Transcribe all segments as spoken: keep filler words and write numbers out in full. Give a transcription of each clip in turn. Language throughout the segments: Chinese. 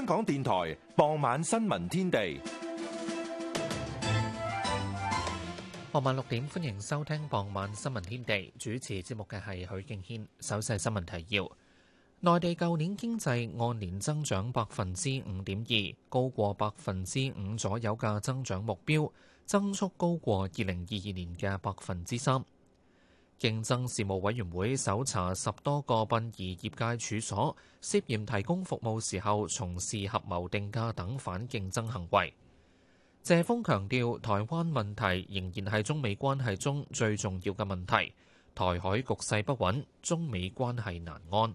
港電台傍晚新聞天地。 傍晚六點，歡迎收聽傍晚新聞天地。主持節目嘅係許敬軒。首先係新聞提要：內地舊年經濟按年增長百分之五點二，高過百分之五左右嘅增長目標，增速高過二零二二年嘅百分之三。競爭事務委員會搜查十多個殯儀業界處所，涉嫌提供服務時候從事合謀定價等反競爭行為。謝鋒強調，台灣問題仍然係中美關係中最重要嘅問題。台海局勢不穩，中美關係難安。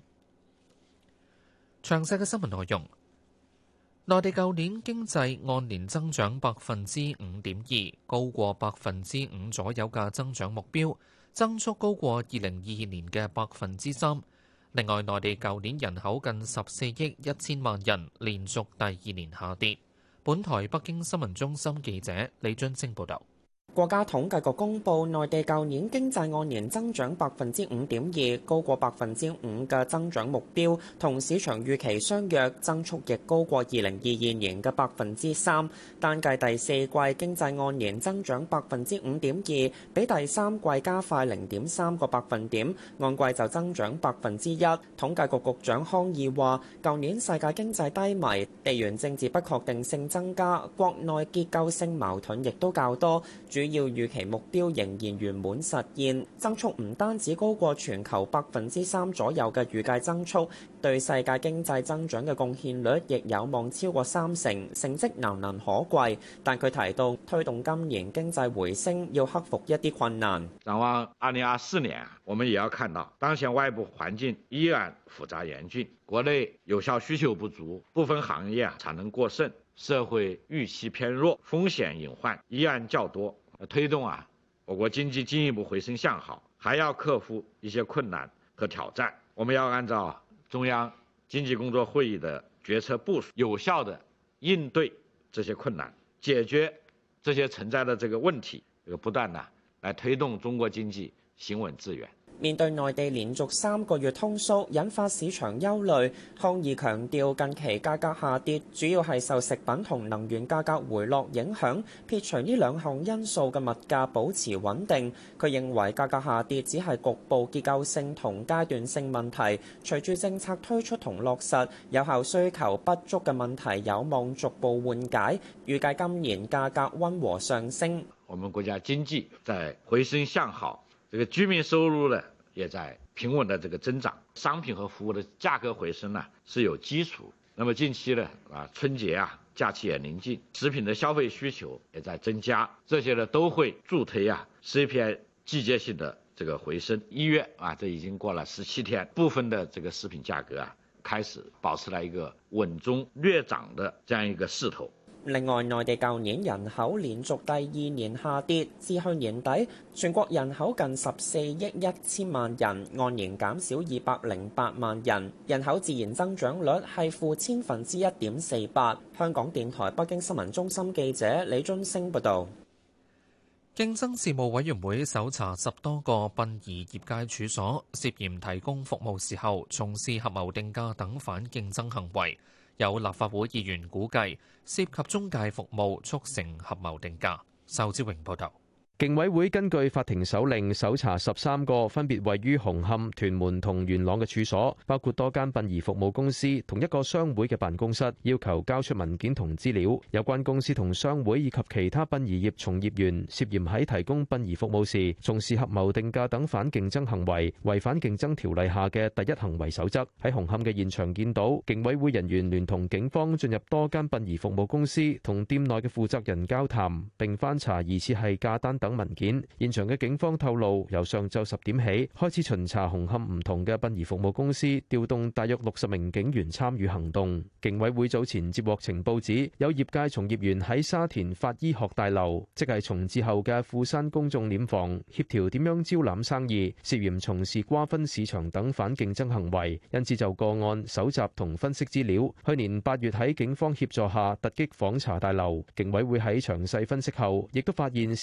詳細嘅新聞內容，內地舊年經濟按年增長百分之五點二，高過百分之五左右嘅增長目標，增速高過二零二二年嘅百分之三。另外，內地舊年人口近十四億一千萬人，連續第二年下跌。本台北京新聞中心記者李津升報道。 國家統計局公布，內地舊年經濟按年增長百分之五點二，高過百分之五嘅增長目標，同市場預期相若，增速亦高過二零二二年嘅百分之三。單計第四季經濟按年增長百分之五點二，比第三季加快零點三個百分點，按季就增長百分之一。統計局局長康義話，舊年世界經濟低迷，地緣政治不確定性增加，國內結構性矛盾亦都較多。主要預期目標仍然圓滿實現，增速唔單止高過全球百分之三左右嘅預計增速，對世界經濟增長嘅貢獻率亦有望超過三成，成績難能可貴。但佢提到，推動今年經濟回升要克服一啲困難。 展望二零二四年，我們也要看到，當前外部環境依然複雜嚴峻，國內有效需求不足，部分行業啊產能過剩，社會預期偏弱，風險隱患依然較多。推動啊，我國經濟進一步回升向好，還要克服一些困難和挑戰。我們要按照中央經濟工作會議的決策部署，有效的應對這些困難，解決這些存在的這個問題，這個不斷的來推動中國經濟行穩致遠。 面對內地連續三個月通縮，引發市場憂慮，康義強調近期價格下跌主要係受食品同能源價格回落影響，撇除呢兩項因素嘅物價保持穩定。佢認為價格下跌只係局部結構性同階段性問題，隨住政策推出同落實，有效需求不足嘅問題有望逐步緩解。預計今年價格溫和上升。 我們國家經濟在回升向好，這個居民收入呢也在平穩的這個增長，商品和服務的價格回升呢是有基礎。那麼近期呢啊春節啊假期也臨近，食品的消費需求也在增加，這些呢都會助推啊 C P I 季節性的這個回升。一月啊這已經過了十七天，部分的這個食品價格啊開始保持了一個穩中略漲的這樣一個勢頭。 另外，內地舊年人口連續第二年下跌，至去年底，全國人口近十四億一千萬人，按年減少二百零八萬人，人口自然增長率係負千分之一點四八。香港電台北京新聞中心記者李津升報導。 競爭事務委員會搜查十多個殯儀業界處所，涉嫌提供服務時候從事合謀定價等反競爭行為。有立法會議員估計，涉及中介服務促成合謀定價。仇志榮報導。 競委會根據法庭手令搜查十三個分別位於紅磡、屯門同元朗嘅處所，包括多間殯儀服務公司同一個商會嘅辦公室，要求交出文件同資料。有關公司同商會以及其他殯儀業從業員涉嫌喺提供殯儀服務時從事合謀定價等反競爭行為，違反競爭條例下嘅第一行為守則。喺紅磡嘅現場見到，競委會人員聯同警方進入多間殯儀服務公司同店內嘅負責人交談，並翻查疑似係價單等文件。現場嘅警方透露，由上晝十點起開始巡查紅磡唔同嘅殯儀服務公司，調動大約六十名警員參與行動。競委會早前接獲情報指，有業界從業員喺沙田法醫學大樓，即係重置後嘅富山公眾殮房，協調點樣招攬生意，涉嫌從事瓜分市場等反競爭行為，因此就個案搜集同分析資料。去年八月喺警方協助下突擊訪查大樓，競委會喺詳細分析後，亦都發現涉嫌從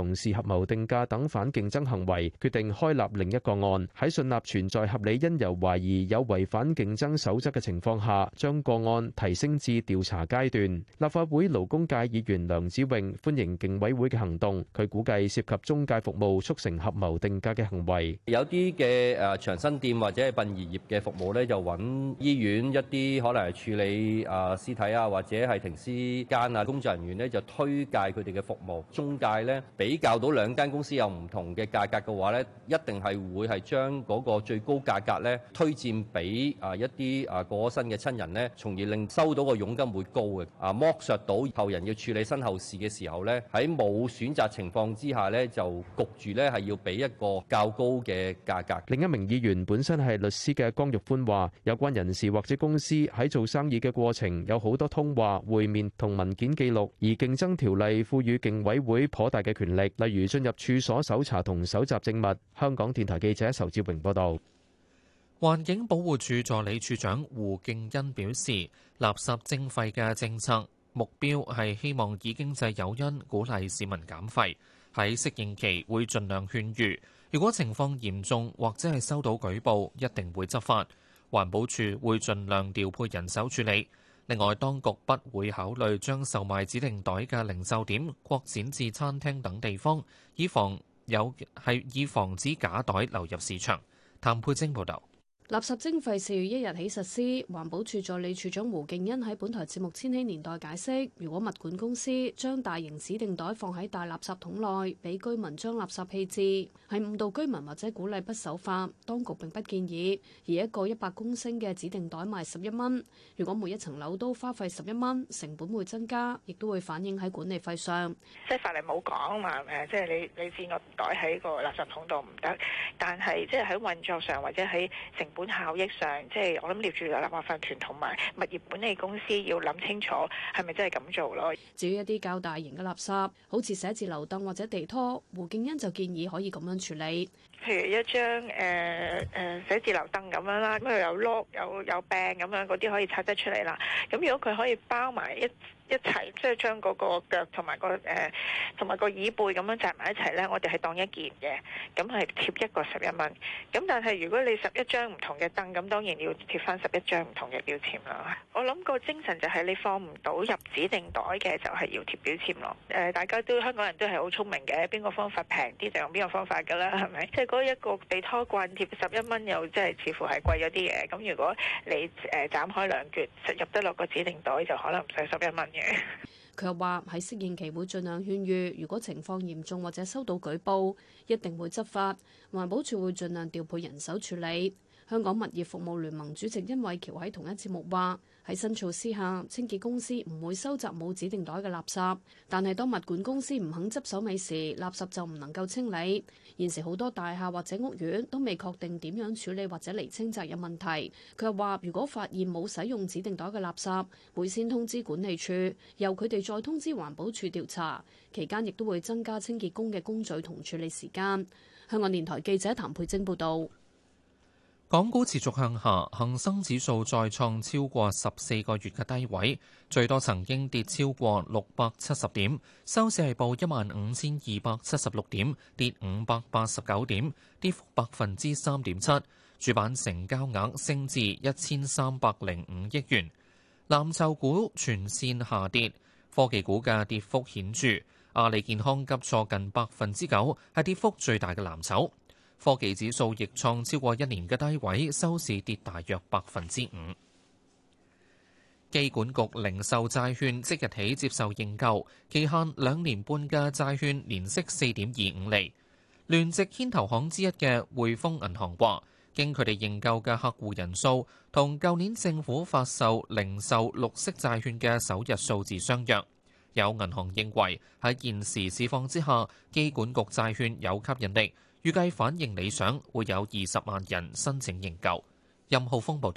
從事合謀定價等反競爭行為，決定開立另一個案。喺信納存在合理因由懷疑有違反競爭守則嘅情況下，將個案提升至調查階段。立法會勞工界議員梁子穎歡迎競委會嘅行動，佢估計涉及中介服務促成合謀定價嘅行為。 有啲嘅誒長生店或者係殯儀業嘅服務咧，就揾醫院一啲可能係處理啊屍體啊或者係停屍間啊工作人員咧，就推介佢哋嘅服務。中介咧比較到兩間公司有唔同嘅價格嘅話咧，一定係會係將嗰個最高價格咧推薦俾啊一啲啊過咗身嘅親人咧，從而令收到個佣金會高嘅。啊剝削到後人要處理身後事嘅時候咧，喺冇選擇情況之下咧，就焗住咧係要俾一個較高嘅價格。 另一名議員本身係律師嘅江玉歡話，有關人士或者公司喺做生意嘅過程有好多通話、會面同文件記錄，而競爭條例賦予競委會頗大嘅權力，例如進入處所搜查同搜集證物。香港電台記者仇志榮報道。 環境保護署助理署長胡敬欣表示，垃圾徵費嘅政策目標係希望以經濟誘因鼓勵市民減廢，喺適應期會盡量勸喻，如果情況嚴重或者係收到舉報，一定會執法。環保署會盡量調配人手處理。另外，當局不會考慮將售賣指定袋嘅零售點擴展至餐廳等地方，以防有係以防止假袋流入市場。譚佩晶報導。 垃圾徵費四月一日起實施，環保署助理署長胡敬欣喺本台節目《千禧年代》解釋，如果物管公司將大型指定袋放喺大垃圾桶內，俾居民將垃圾棄置，係誤導居民或者鼓勵不守法，當局並不建議。而一個一百公升嘅指定袋賣十一蚊，如果每一層樓都花費十一蚊，成本會增加，亦都會反映喺管理費上。 即係法例冇講嘛，誒，即係你你置個袋喺個垃圾桶度唔得，但係即係喺運作上或者喺成本效益上，即係我諗業主立案法團同埋物業管理公司要諗清楚係咪真係咁做咯。 至於一啲較大型嘅垃圾，好似寫字樓凳或者地拖，胡敬欣就建議可以咁樣處理。 譬如一張誒誒寫字樓凳咁樣啦，咁佢有碌有有柄咁樣，嗰啲可以拆得出嚟啦。咁如果佢可以包埋一一齊，即係將嗰個腳同埋個誒同埋個椅背咁樣紮埋一齊咧，我哋係當一件嘅，咁係貼一個十一蚊。咁但係如果你十一張唔同嘅凳，咁當然要貼翻十一張唔同嘅標籤啦。我諗個精神就係你放唔到入指定袋嘅，就係要貼標籤咯。誒，大家都香港人都係好聰明嘅，邊個方法平啲就用邊個方法㗎啦，係咪？即係嗰一個地拖棍貼十一蚊，又即係似乎係貴咗啲嘅。咁如果你誒斬開兩橛，入得落個指定袋，就可能唔使十一蚊嘅。 佢又話喺適應期會盡量勸喻，如果情況嚴重或者收到舉報，一定會執法。環保署會盡量調配人手處理。香港物業服務聯盟主席殷偉橋喺同一節目話：喺新措施下，清潔公司唔會收集冇指定袋嘅垃圾，但係當物管公司唔肯執手尾時，垃圾就唔能夠清理。現時好多大廈或者屋苑都未確定點樣處理或者釐清責任問題。佢又話：如果發現冇使用指定袋嘅垃圾，會先通知管理處，由佢哋再通知環保署調查。期間亦都會增加清潔工嘅工序同處理時間。香港電台記者譚佩晶報導。 港股持續向下，恒生指數再創超過十四個月嘅低位，最多曾經跌超過六百七十點，收市係報一萬五千二百七十六點，跌五百八十九點，跌幅百分之三點七。主板成交額升至一千三百零五億元。藍籌股全線下跌，科技股嘅跌幅顯著，阿里健康急挫近百分之九，係跌幅最大嘅藍籌。科技指數亦創超過一年嘅低位，收市跌大約百分之五。機管局零售債券即日起接受認購，期限兩年半嘅債券年息四點二五厘。聯席牽頭行之一嘅匯豐銀行話，經佢哋認購嘅客戶人數同舊年政府發售零售綠色債券嘅首日數字相若。有銀行認為喺現時市況之下，機管局債券有吸引力。預計反應理想，會有二十萬人申請認購。任浩峰報導。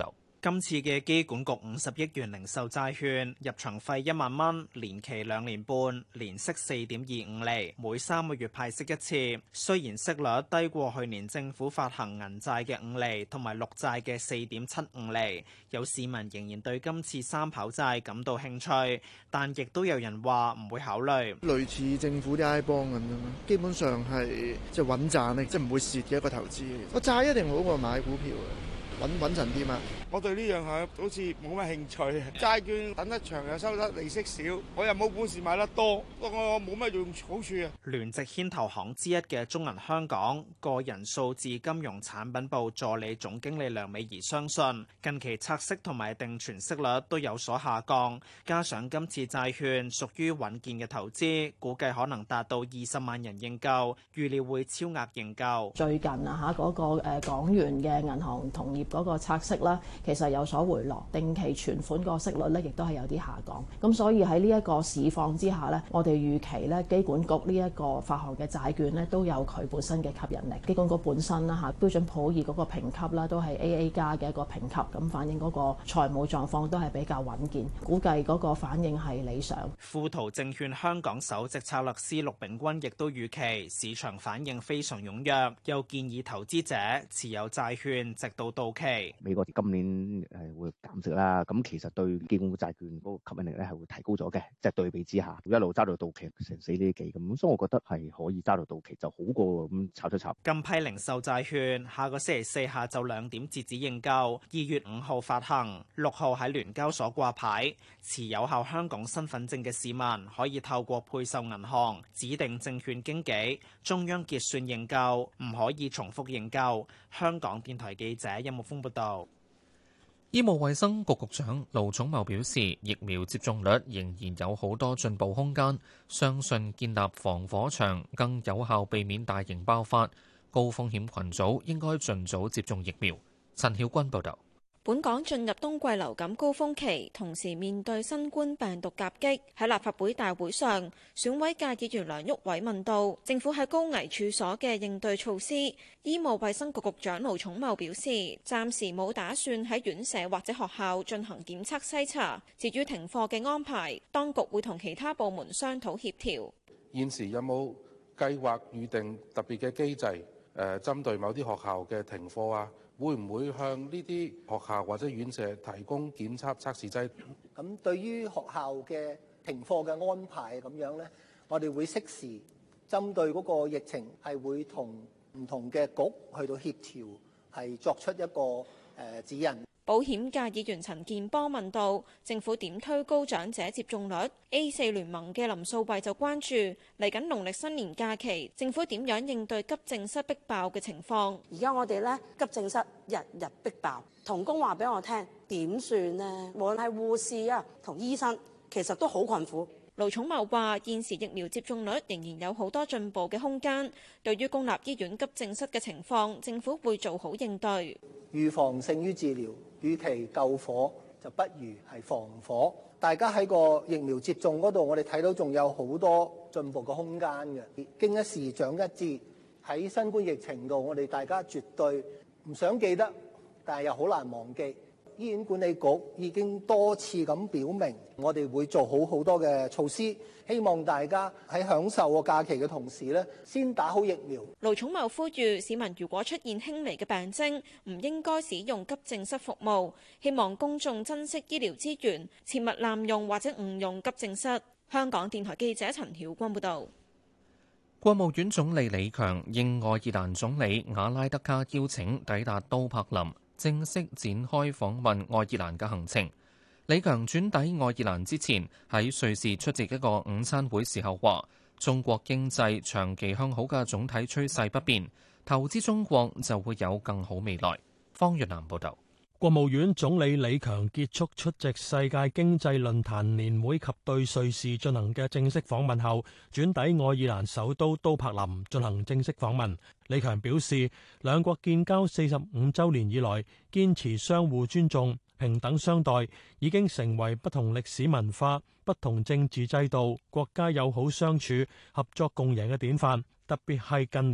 今次嘅機管局五十億元零售債券入場費一萬蚊，年期兩年半，年息四點二五厘，每三個月派息一次。雖然息率低過去年政府發行銀債嘅五厘同埋綠債嘅四點七五厘，有市民仍然對今次三跑債感到興趣，但亦都有人話唔會考慮。 類似政府啲 I bond咁樣，基本上係即係穩賺咧，即係唔會蝕嘅一個投資。個債一定好過買股票嘅。穩穩陣啲嘛？ 我對呢樣係好似冇乜興趣。債券等得長又收得利息少，我又冇本事買得多，不過我冇乜用好處啊。 聯席牽頭行之一嘅中銀香港個人數字金融產品部助理總經理梁美儀相信，近期拆息同埋定存息率都有所下降，加上今次債券屬於穩健嘅投資，估計可能達到二十萬人認購，預料會超額認購。 最近啊嚇嗰個誒港元嘅銀行同業嗰個拆息啦，其實有所回落，定期存款個息率咧，亦都係有啲下降。咁所以喺呢一個市況之下咧，我哋預期咧，機管局呢一個發行嘅債券咧，都有佢本身嘅吸引力。機管局本身啦嚇，標準普爾嗰個評級啦，都係 A A 加嘅一個評級，咁反映嗰個財務狀況都係比較穩健，估計嗰個反應係理想。 富途證券香港首席策略師陸炳君亦都預期市場反應非常踴躍，又建議投資者持有債券直到到期。 美國今年係會減息啦，咁其實對基本債券嗰個吸引力咧係會提高咗嘅，即係對比之下，一路揸到到期成四厘幾咁，所以我覺得係可以揸到到期就好過咁炒出炒。 今批零售債券下個星期四下晝兩點截止認購，二月五號發行，六號喺聯交所掛牌。持有效香港身份證嘅市民可以透過配售銀行指定證券經紀中央結算認購，唔可以重複認購。香港電台記者殷木豐報道。 醫務衛生局局長盧寵茂表示，疫苗接種率仍然有好多進步空間，相信建立防火牆更有效避免大型爆發。高風險群組應該盡早接種疫苗。陳曉君報導。 本港進入冬季流感高峰期，同時面對新冠病毒夾擊。喺立法會大會上，選委界議員梁毓偉問到政府喺高危處所嘅應對措施。醫務衛生局局長盧寵茂表示，暫時冇打算喺院舍或者學校進行檢測篩查。至於停課嘅安排，當局會同其他部門商討協調。 現時有冇計劃預定特別嘅機制，誒針對某啲學校嘅停課啊？會唔會向呢啲學校或者院舍提供檢測測試劑？ 咁對於學校嘅停課嘅安排咁樣呢，我哋會適時針對嗰個疫情，係會同唔同嘅局去到協調，係作出一個誒指引。 保險界議員陳健波問到政府點推高長者接種率 ，A 四聯盟嘅林素慧就關注嚟緊農曆新年假期，政府點樣應對急症室逼爆嘅情況？ 而家我哋咧急症室日日逼爆，同工話俾我聽點算呢？無論係護士啊同醫生，其實都好困苦。 盧寵茂話：現時疫苗接種率仍然有好多進步嘅空間。對於公立醫院急症室嘅情況，政府會做好應對。 預防勝於治療，與其救火就不如係防火。大家喺個疫苗接種嗰度，我哋睇到仲有好多進步嘅空間嘅。經一事長一智，喺新冠疫情度，我哋大家絕對唔想記得，但係又好難忘記。醫院管理局已經多次咁表明，我哋會做好好多嘅措施，希望大家喺享受個假期嘅同時咧，先打好疫苗。 盧寵茂呼籲市民如果出現輕微嘅病徵，唔應該使用急症室服務，希望公眾珍惜醫療資源，切勿濫用或者誤用急症室。香港電台記者陳曉君報導。 國務院總理李強應愛爾蘭總理瓦拉德卡邀請，抵達都柏林，正式展開訪問愛爾蘭嘅行程。李強轉抵愛爾蘭之前，喺瑞士出席一個午餐會時候話：中國經濟長期向好嘅總體趨勢不變，投資中國就會有更好未來。方月南報導。 國務院總理李強結束出席世界經濟論壇年會及對瑞士進行嘅正式訪問後，轉抵愛爾蘭首都都柏林進行正式訪問。李強表示，兩國建交四十五週年以來，堅持相互尊重、平等相待，已經成為不同歷史文化、不同政治制度、國家友好相處、合作共贏嘅典範。特別係近年，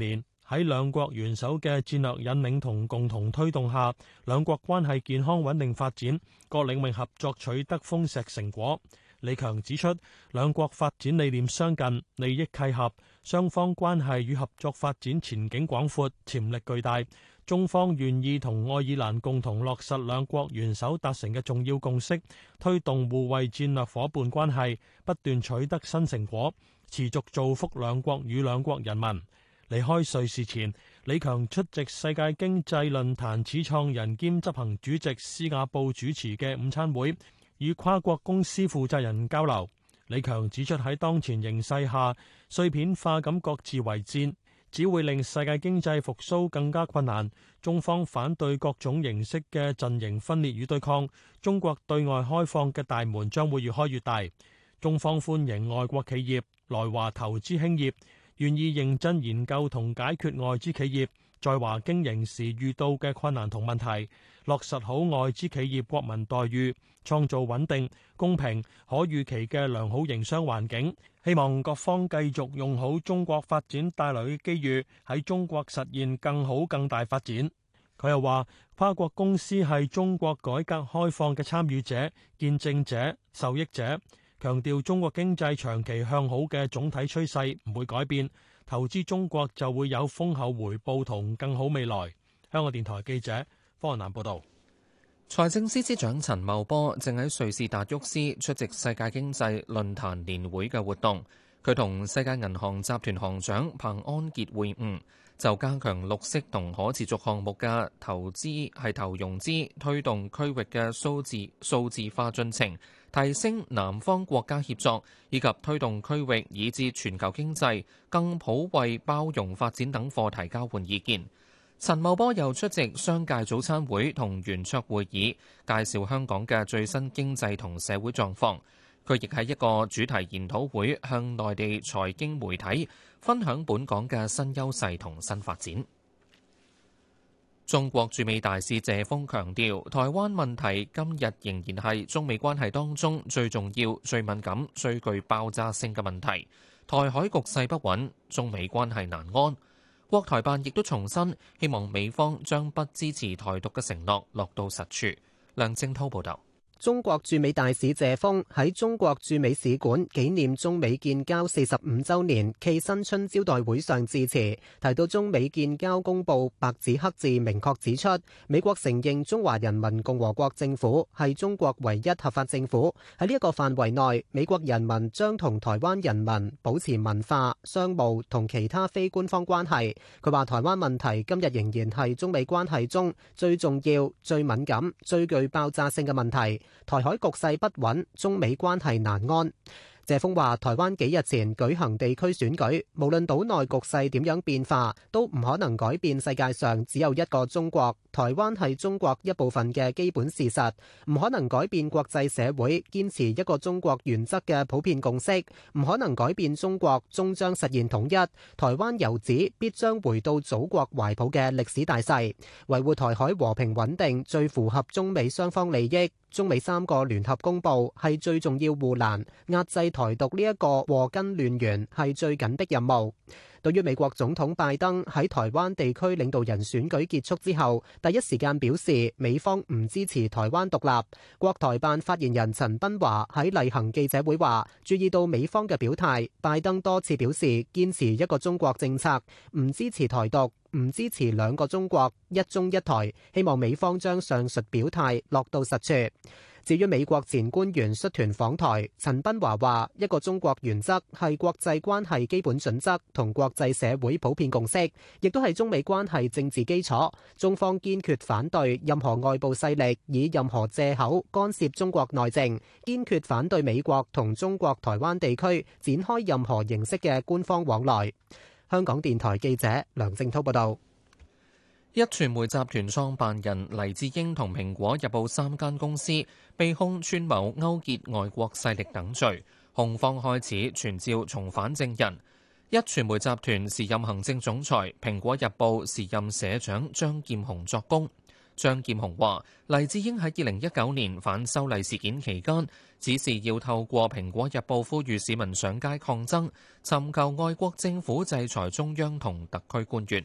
喺兩國元首嘅戰略引領同共同推動下，兩國關係健康穩定發展，各領域合作取得豐碩成果。李強指出，兩國發展理念相近，利益契合，雙方關係與合作發展前景廣闊，潛力巨大。中方願意同愛爾蘭共同落實兩國元首達成嘅重要共識，推動互惠戰略夥伴關係不斷取得新成果，持續造福兩國與兩國人民。離開瑞士前，李強出席世界經濟論壇始創人兼執行主席施瓦布主持嘅午餐會，與跨國公司負責人交流。李強指出，喺當前形勢下，碎片化咁各自為戰，只會令世界經濟復甦更加困難。中方反對各種形式嘅陣營分裂與對抗，中國對外開放嘅大門將會越開越大。中方歡迎外國企業來華投資興業，願意認真研究同解決外資企業在華經營時遇到嘅困難同問題，落實好外資企業國民待遇，創造穩定、公平、可預期嘅良好營商環境。希望各方繼續用好中國發展帶來嘅機遇，喺中國實現更好更大發展。佢又話，跨國公司係中國改革開放嘅參與者、見證者、受益者。強調中國經濟長期向好嘅總體趨勢唔會改變，投資中國就會有豐厚回報同更好未來。香港電台記者方南報道。 財政司司長陳茂波正喺瑞士達沃斯出席世界經濟論壇年會嘅活動，佢同世界銀行集團行長彭安傑會晤，就加強綠色同可持續項目嘅投資係投融資，推動區域嘅數字數字化進程，提升南方國家協作，以及推動區域以至全球經濟更普惠包容發展等課題交換意見。陳茂波又出席商界早餐會同圓桌會議，介紹香港嘅最新經濟同社會狀況。佢亦喺一個主題研討會向內地財經媒體分享本港嘅新優勢同新發展。中國駐美大使謝鋒強調，台灣問題今日仍然係中美關係當中最重要、最敏感、最具爆炸性嘅問題。台海局勢不穩，中美關係難安。國台辦亦都重申，希望美方將不支持台獨嘅承諾落到實處。梁正滔報導。 中國駐美大使謝鋒喺中國駐美使館紀念中美建交四十五週年暨新春招待會上致辭，提到中美建交公報白紙黑字明確指出，美國承認中華人民共和國政府係中國唯一合法政府。喺呢一個範圍內，美國人民將同台灣人民保持文化、商務同其他非官方關係。佢話台灣問題今日仍然係中美關係中最重要、最敏感、最具爆炸性嘅問題。台海局勢不穩，中美關係難安。謝鋒話：台灣幾日前舉行地區選舉，無論島內局勢點樣變化，都唔可能改變世界上只有一個中國，台灣係中國一部分嘅基本事實，唔可能改變國際社會堅持一個中國原則嘅普遍共識，唔可能改變中國終將實現統一，台灣由此必將回到祖國懷抱嘅歷史大勢，維護台海和平穩定最符合中美雙方利益。中美三個聯合公報係最重要護欄，壓制台獨呢一個禍根亂源係最緊迫任務。對於美國總統拜登喺台灣地區領導人選舉結束之後，第一時間表示美方唔支持台灣獨立，國台辦發言人陳斌華喺例行記者會話：注意到美方嘅表態，拜登多次表示堅持一個中國政策，唔支持台獨，唔支持兩個中國、一中一台，希望美方將上述表態落到實處。至於美國前官員率團訪台，陳斌華話：一個中國原則係國際關係基本準則同國際社會普遍共識，亦都係中美關係政治基礎。中方堅決反對任何外部勢力以任何藉口干涉中國內政，堅決反對美國同中國台灣地區展開任何形式嘅官方往來。香港電台記者梁正滔報導。 壹傳媒集團創辦人黎智英同蘋果日報三間公司被控串謀勾結外國勢力等罪，控方開始傳召重返證人。壹傳媒集團時任行政總裁、蘋果日報時任社長張劍虹作供。張劍虹話：黎智英喺二零一九年反修例事件期間，指示要透過蘋果日報呼籲市民上街抗爭，尋求外國政府制裁中央同特區官員。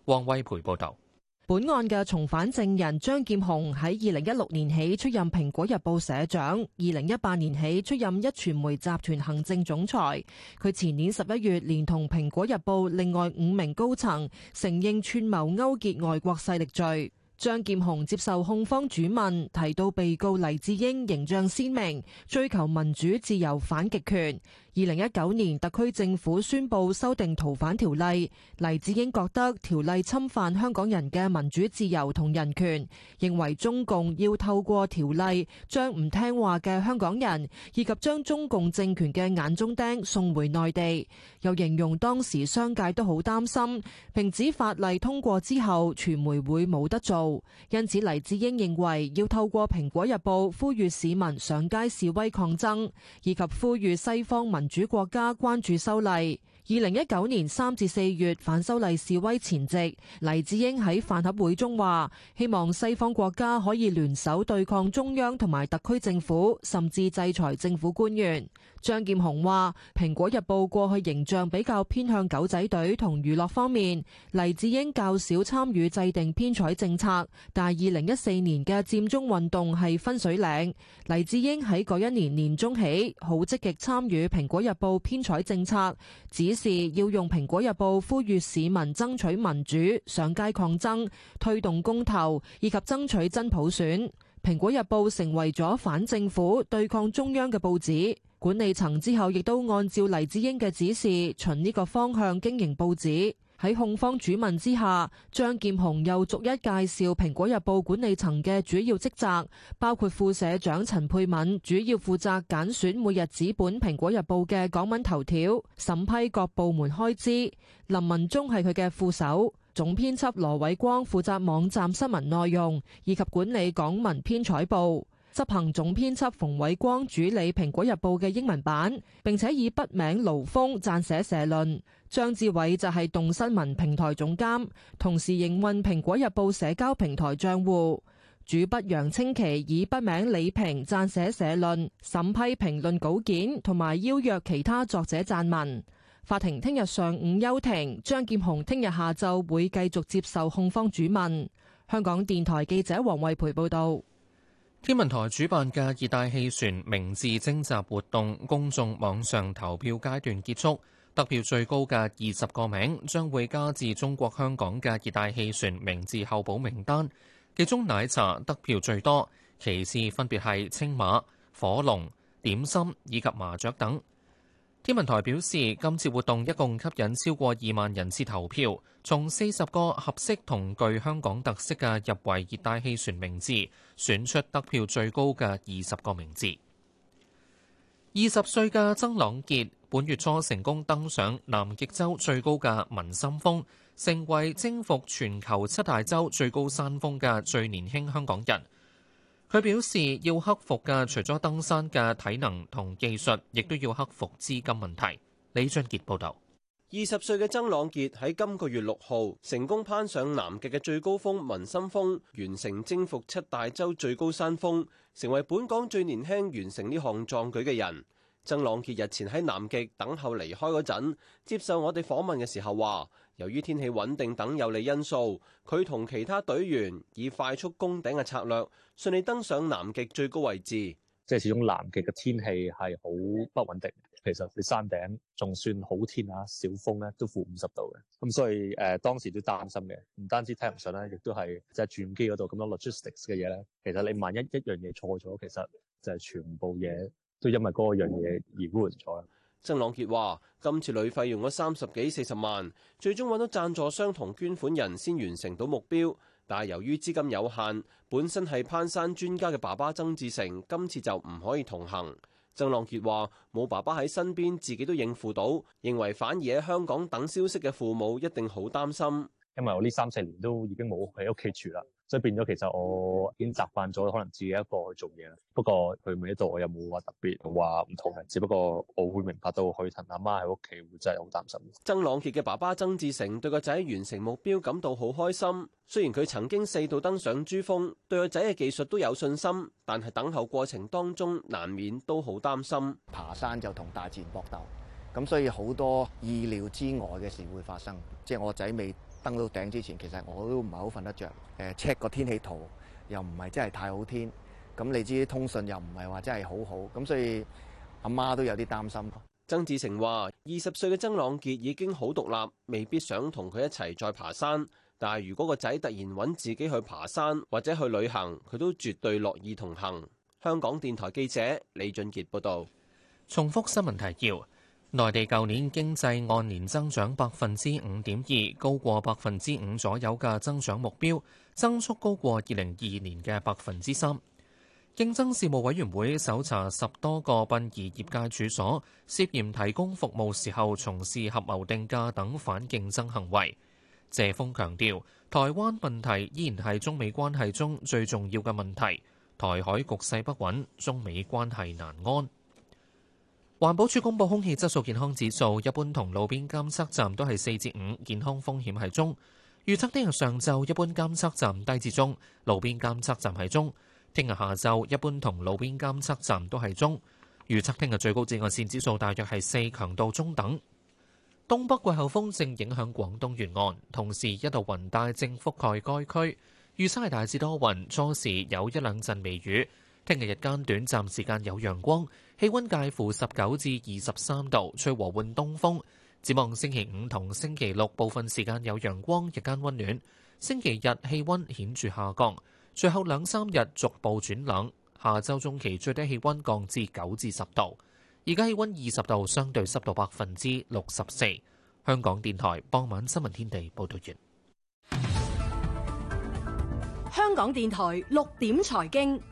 黃惠培報導。 本案嘅重返證人張劍虹喺二零一六年起出任蘋果日報社長，二零一八年起出任壹傳媒集團行政總裁。佢前年十一月連同蘋果日報另外五名高層承認串謀勾結外國勢力罪。張劍虹接受控方主問，提到被告黎智英形象鮮明，追求民主自由反極權。二零一九年特區政府宣布修訂逃犯條例，黎智英覺得條例侵犯香港人嘅民主自由同人權，認為中共要透過條例將唔聽話嘅香港人以及將中共政權嘅眼中釘送回內地，又形容當時商界都好擔心，並指法例通過之後傳媒會冇得做，因此黎智英認為要透過蘋果日報呼籲市民上街示威抗爭，以及呼籲西方民主國家關注修例。二零一九年三至四月反修例示威前夕，黎智英喺飯盒會中話，希望西方國家可以聯手對抗中央同埋特區政府，甚至制裁政府官員。張劍虹話，蘋果日報過去形象比較偏向狗仔隊同娛樂方面，黎智英較少參與制定編採政策，但係二零一四年嘅佔中運動係分水嶺，黎智英喺嗰一年年中起好積極參與蘋果日報編採政策，指示要用蘋果日報呼籲市民爭取民主、上街抗爭、推動公投以及爭取真普選。蘋果日報成為咗反政府、對抗中央嘅報紙。管理層之後亦都按照黎智英嘅指示，循呢個方向經營報紙。喺控方主問之下，張劍虹又逐一介紹蘋果日報管理層嘅主要職責，包括副社長陳佩敏主要負責揀選每日紙本蘋果日報嘅港文頭條，審批各部門開支。林文忠係佢嘅副手，總編輯羅偉光負責網站新聞內容，以及管理港文編採部。執行總編輯馮偉光主理蘋果日報嘅英文版，並且以筆名盧峰撰寫社論。張志偉就係動新聞平台總監，同時營運蘋果日報社交平台賬戶。主筆楊清奇以筆名李平撰寫社論，審批評論稿件，同埋邀約其他作者撰文。法庭聽日上午休庭，張劍虹聽日下晝會繼續接受控方主問。香港電台記者黃惠培報道。 天文台主辦嘅熱帶氣旋名字徵集活動公眾網上投票階段結束，得票最高嘅二十個名將會加至中國香港嘅熱帶氣旋名字候補名單，其中奶茶得票最多，其次分別係青馬、火龍、點心以及麻雀等。天文台表示，今次活動一共吸引超過二萬人次投票，從四十個合適同具香港特色嘅入圍熱帶氣旋名字，選出得票最高嘅二十個名字。二十歲嘅曾朗傑本月初成功登上南極洲最高嘅文森峰，成為征服全球七大洲最高山峰嘅最年輕香港人。佢表示，要克服嘅除咗登山嘅體能同技術，亦都要克服資金問題。李俊傑報導。 二十歲嘅曾朗傑喺今個月六號成功攀上南極嘅最高峰文森峰，完成征服七大洲最高山峰，成為本港最年輕完成呢項壯舉嘅人。曾朗傑日前喺南極等候離開嗰陣，接受我哋訪問嘅時候話，由於天氣穩定等有利因素，佢同其他隊員以快速攻頂嘅策略，順利登上南極最高位置。 即係始終南極嘅天氣係好不穩定，其實你山頂仲算好天啊，小風咧都負五十度嘅，咁所以誒、呃、當時都擔心嘅，唔單止睇唔上咧，亦都係即係轉機嗰度咁多 logistics 嘅嘢咧。其實你萬一一樣嘢錯咗，其實就係全部嘢都因為嗰樣嘢而 ruin 咗。 曾朗傑話：今次旅費用咗三十幾四十萬，最終揾到贊助商同捐款人先完成到目標。但係由於資金有限，本身係攀山專家嘅爸爸曾志成今次就唔可以同行。曾朗傑話：冇爸爸喺身邊，自己都應付到，認為反而喺香港等消息嘅父母一定好擔心。 因為我呢三四年都已經冇喺屋企住啦，所以變咗其實我已經習慣咗可能自己一個去做嘢啦。不過佢每一度我又冇話特別話唔同嘅，只不過我會明白到佢同阿媽喺屋企會真係好擔心。 曾朗傑嘅爸爸曾志成對個仔完成目標感到好開心。雖然佢曾經四度登上珠峰，對個仔嘅技術都有信心，但係等候過程當中難免都好擔心。 爬山就同大自然搏鬥，咁所以好多意料之外嘅事會發生。即係我仔未登到頂之前，其實我都唔係好瞓得着。誒 check 個天氣圖又唔係真係太好天，咁你知通訊又唔係話真係好好，咁所以阿媽都有啲擔心。 曾志成話：二十歲嘅曾朗傑已經好獨立，未必想同佢一齊再爬山。但係如果個仔突然揾自己去爬山或者去旅行，佢都絕對樂意同行。香港電台記者李俊傑報導。 重複新聞提要：內地舊年經濟按年增長百分之五點二，高過百分之五左右嘅增長目標，增速高過二零二二年嘅百分之三。競爭事務委員會搜查十多個殯儀業界處所，涉嫌提供服務時候從事合謀定價等反競爭行為。謝鋒強調，台灣問題依然係中美關係中最重要嘅問題。台海局勢不穩，中美關係難安。環保署公布空氣質素健康指數，一般同路邊監測站都係四至五，健康風險係中。預測聽日上晝一般監測站低至中，路邊監測站係中。聽日下晝一般同路邊監測站都係中。預測聽日最高紫外線指數大約係四，強度中等。東北季候風正影響廣東沿岸，同時一道雲帶正覆蓋該區。預測係大致多雲，初時有一兩陣微雨。聽日日間短暫時間有陽光，氣温介乎十九至二十三度，吹和緩東風。展望星期五同星期六部分時間有陽光，日間温暖。星期日氣温顯著下降。最後兩三日逐步轉冷，下週中期最低氣温降至九至十度。而家氣温二十度，相對濕度百分之六十四。香港電台傍晚新聞天地報道完。 香港電台六點財經，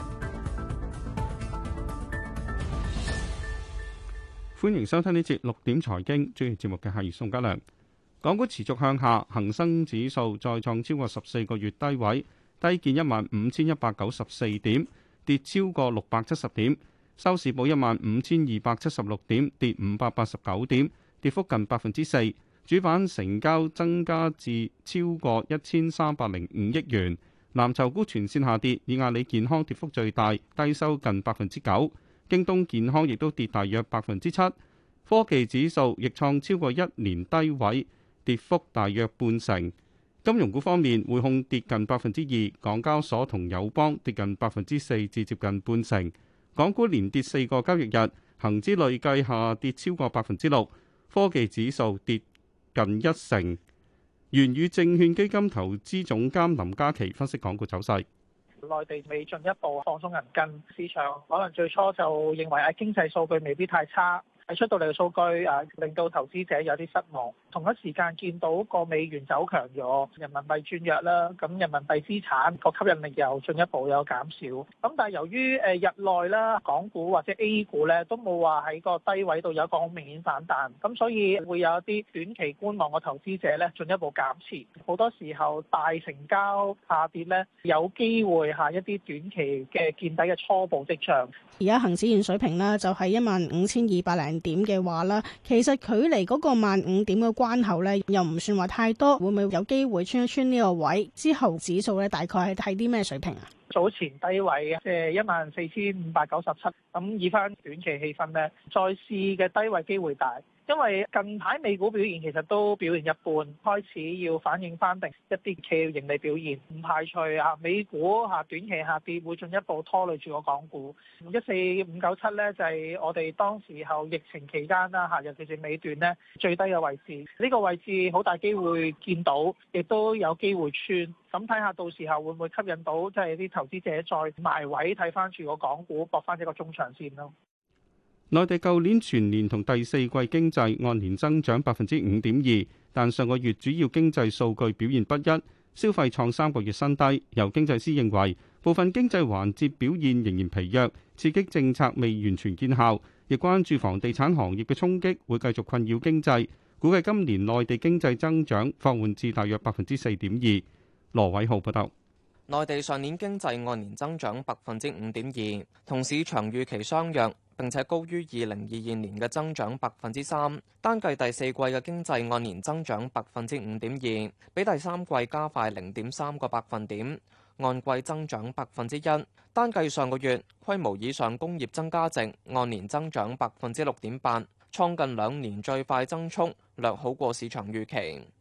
歡迎收聽呢節六點財經。主持節目嘅係宋家良。港股持續向下，恒生指數再創超過十四個月低位。低見一萬五千一百九十四點，跌超過六百七十點，收市報一萬五千二百七十六點，跌五百八十九點，跌幅近百分之四。主板成交增加至超過一千三百零五億元。藍籌股全線下跌，以阿里健康跌幅最大，低收近百分之九。京東健康亦都跌大約百分之七。科技指數亦創超過一年低位，跌幅大約半成。金融股方面，匯控跌近百分之二，港交所同友邦跌近百分之四至接近半成。港股連跌四個交易日，恒指累計下跌超過百分之六，科技指數跌近一成。元宇證券基金投資總監林嘉琪分析港股走勢。 內地未進一步放鬆銀根，市場可能最初就認為啊經濟數據未必太差。出到嚟嘅數據啊，令到投資者有啲失望。同一時間見到個美元走強咗，人民幣轉弱啦，咁人民幣資產個吸引力又進一步有減少。咁但係由於誒日內啦，港股或者 A 股咧都冇話喺個低位度有一個好明顯反彈，咁所以會有一啲短期觀望嘅投資者咧進一步減持。好多時候大成交下跌咧，有機會下一啲短期嘅見底嘅初步跡象。 而家恒指現水平咧就係一萬五千二百零點嘅話啦，其實距離嗰個萬五點嘅關口咧，又唔算話太多，會唔會有機會穿一穿呢個位？之後指數咧大概係睇啲咩水平啊？ 早前低位嘅，即係一萬四千五百九十七，咁以翻短期氣氛咧，再試嘅低位機會大。因為近排美股表現其實都表現一般，開始要反映翻定一啲企業盈利表現，唔排除啊美股嚇短期下跌會進一步拖累住個港股。一四五九七咧就係我哋當時候疫情期間啦嚇，尤其是尾段咧最低嘅位置，呢個位置好大機會見到，亦都有機會穿。咁睇下到時候會唔會吸引到即係啲投資者再埋位睇翻住個港股搏翻一個中長線咯。 內地舊年全年同第四季經濟按年增長百分之五點二，但上個月主要經濟數據表現不一，消費創三個月新低。有經濟師認為，部分經濟環節表現仍然疲弱，刺激政策未完全見效，亦關注房地產行業嘅衝擊會繼續困擾經濟。估計今年內地經濟增長放緩至大約百分之四點二。羅偉浩報道。 內地上年經濟按年增長百分之五點二，同市場預期相若，並且高於二零二二年嘅增長百分之三。單計第四季嘅經濟按年增長百分之五點二，比第三季加快零點三個百分點，按季增長百分之一。單計上個月規模以上工業增加值按年增長百分之六點八，創近兩年最快增速，略好過市場預期。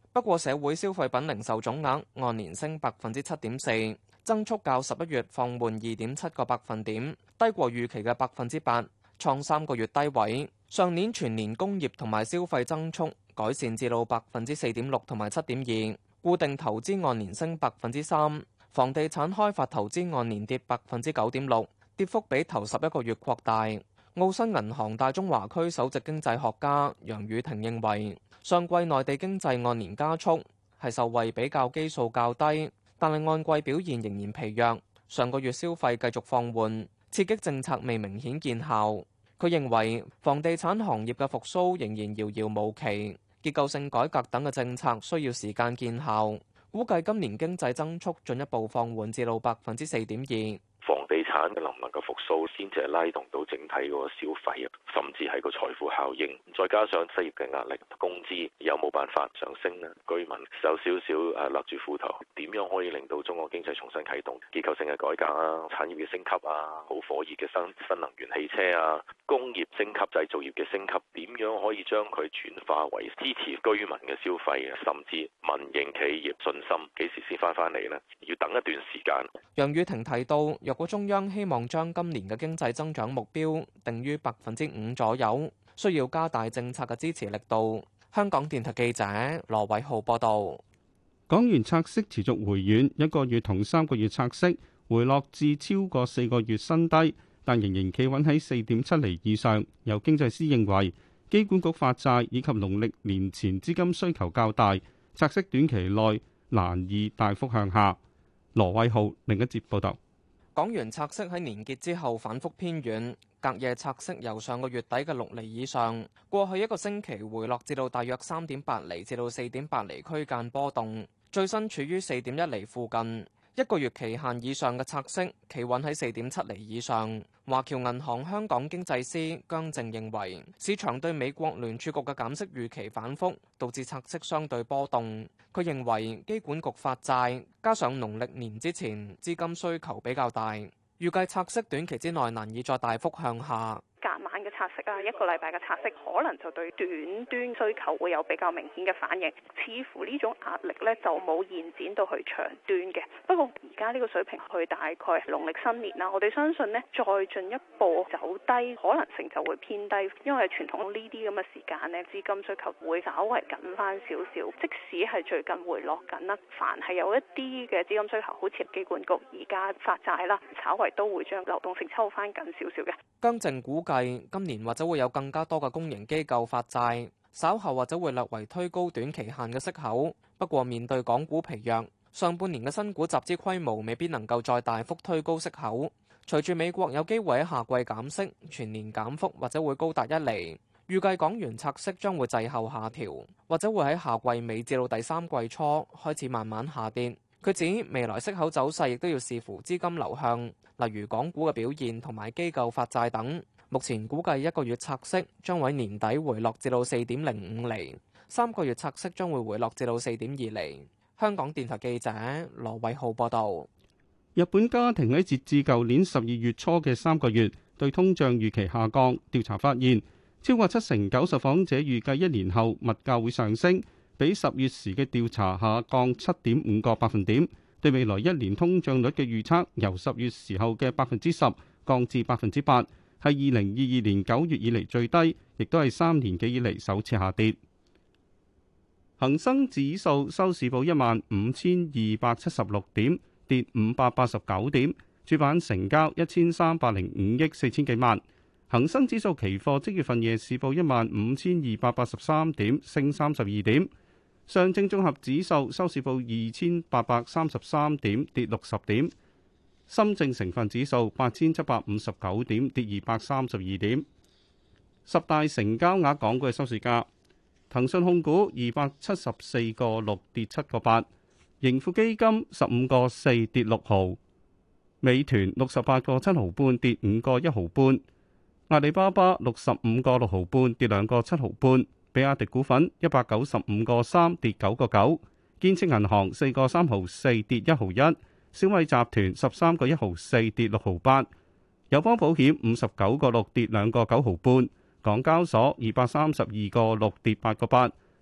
不過社會消費品零售總額按年升百分之七點四，增速較十一月放緩二點七個百分點，低過預期嘅百分之八，創三個月低位。上年全年工業同埋消費增速改善至到百分之四點六同埋七點二，固定投資按年升百分之三，房地產開發投資按年跌百分之九點六，跌幅比頭十一個月擴大。澳新銀行大中華區首席經濟學家楊宇霆認為，上季內地經濟按年加速係受惠比較基數較低，但係按季表現仍然疲弱。上個月消費繼續放緩，刺激政策未明顯見效。佢認為房地產行業嘅復甦仍然遙遙無期，結構性改革等嘅政策需要時間見效。估計今年經濟增速進一步放緩至到百分之四點二。 房地產能唔能夠復甦，先至係拉動到整體嗰個消費，甚至係個財富效應。再加上失業嘅壓力，工資有冇辦法上升呢？居民有少少誒勒住褲頭，點樣可以令到中國經濟重新啟動？結構性嘅改革啊，產業嘅升級啊，好火熱嘅新新能源汽車啊，工業升級、製造業嘅升級，點樣可以將佢轉化為支持居民嘅消費啊，甚至民營企業信心幾時先翻返嚟呢？要等一段時間。 楊宇霆提到，若果中央希望將今年嘅經濟增長目標定於百分之五左右，需要加大政策嘅支持力度。香港電台記者羅偉浩報道。 港元拆息持續回軟，一個月同三個月拆息回落至超過四個月新低，但仍然企穩喺四點七厘以上。有經濟師認為，機管局發債以及農曆年前資金需求較大，拆息短期內難以大幅向下。羅偉浩另一節報道。 港元拆息喺年結之後反覆偏軟，隔夜拆息由上個月底嘅六厘以上，過去一個星期回落至到大約三點八厘至到四點八厘區間波動，最新處於四點一厘附近。一個月期限以上嘅拆息企穩喺四點七厘以上。華僑銀行香港經濟師姜正認為，市場對美國聯儲局嘅減息預期反覆，導致拆息相對波動。佢認為機管局發債，加上農曆年之前資金需求比較大，預計拆息短期之內難以再大幅向下。 隔晚嘅拆息啊，一個禮拜嘅拆息可能就對短端需求會有比較明顯嘅反應，似乎呢種壓力呢就冇延展到去長端嘅。不過而家呢個水平去大概農曆新年啦，我哋相信呢再進一步走低可能性就會偏低，因為傳統呢啲咁嘅時間呢，資金需求會稍為緊翻少少。即使係最近回落緊啦，凡係有一啲嘅資金需求，好似機管局而家發債啦，稍為都會將流動性抽翻緊少少嘅。 姜正估計今年或者會有更加多嘅公營機構發債，稍後或者會略為推高短期限嘅息口。不過面對港股疲弱，上半年嘅新股集資規模未必能夠再大幅推高息口。隨住美國有機會喺夏季減息，全年減幅或者會高達一厘。預計港元拆息將會滯後下調，或者會喺夏季尾至到第三季初開始慢慢下跌。佢指未來息口走勢亦都要視乎資金流向，例如港股嘅表現同埋機構發債等。目前估計一個月拆息將喺年底回落至到四點零五厘，三個月拆息將會回落至到四點二厘。香港電台記者羅偉浩報道。 日本家庭喺截至舊年十二月初嘅三個月對通脹預期下降，調查發現超過七成九受訪者預計一年後物價會上升，比十月時嘅調查下降七點五個百分點。對未來一年通脹率嘅預測由十月時候嘅百分之十降至百分之八，係二零二二年九月以嚟最低，亦都係三年幾以嚟首次下跌。恒生指數收市報一萬五千二百七十六點，跌五百八十九點，主板成交一千三百零五億四千幾萬。恒生指數期貨即月份夜市報一萬五千二百八十三點，升三十二點。上證綜合指數收市報二千八百三十三點，跌六十點。深證成分指數八千七百五十九點，跌二百三十二點。十大成交額港股嘅收市價：騰訊控股二百七十四個六，跌七個八；盈富基金十五個四，跌六毫；美團六十八個七毫半，跌五個一毫半；阿里巴巴六十五個六毫半，跌兩個七毫半；比亞迪股份一百九十五個三，跌九個九；建設銀行四個三毫四，跌一毫一；小米集團十三個一毫四，跌六毫八；友邦保險五十九個六，跌兩個九毫半；港交所二百三十二個六，跌八個八；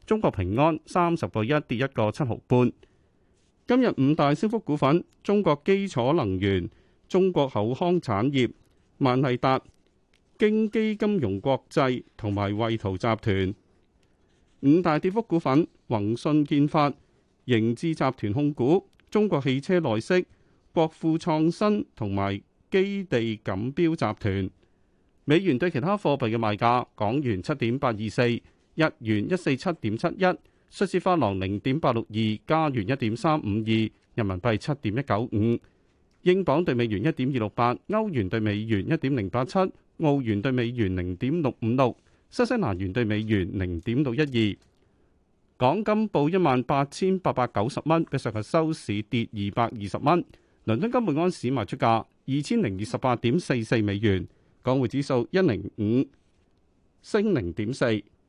中國平安三十個一跌一個七毫半。今日五大升幅股份：中國基礎能源、中國口腔產業、萬麗達、京基金融國際同埋惠圖集團。五大跌幅股份：宏信建發、盈智集團控股、中國汽車內飾、國富創新同埋基地錦標集團。美元對其他貨幣嘅賣價：港元七點八二四，日元一四七點七一，瑞士法郎零點八六二，加元一點三五二，人民幣七點一九五，英鎊對美元一點二六八，歐元對美元一點零八七，澳元對美元零點六五六，新西蘭元對美元零點六一二。港金報一萬八千八百九十蚊，比上日收市跌二百二十蚊。倫敦金每安士賣出價二千零二十八點四四美元。港匯指數一零五升零點四。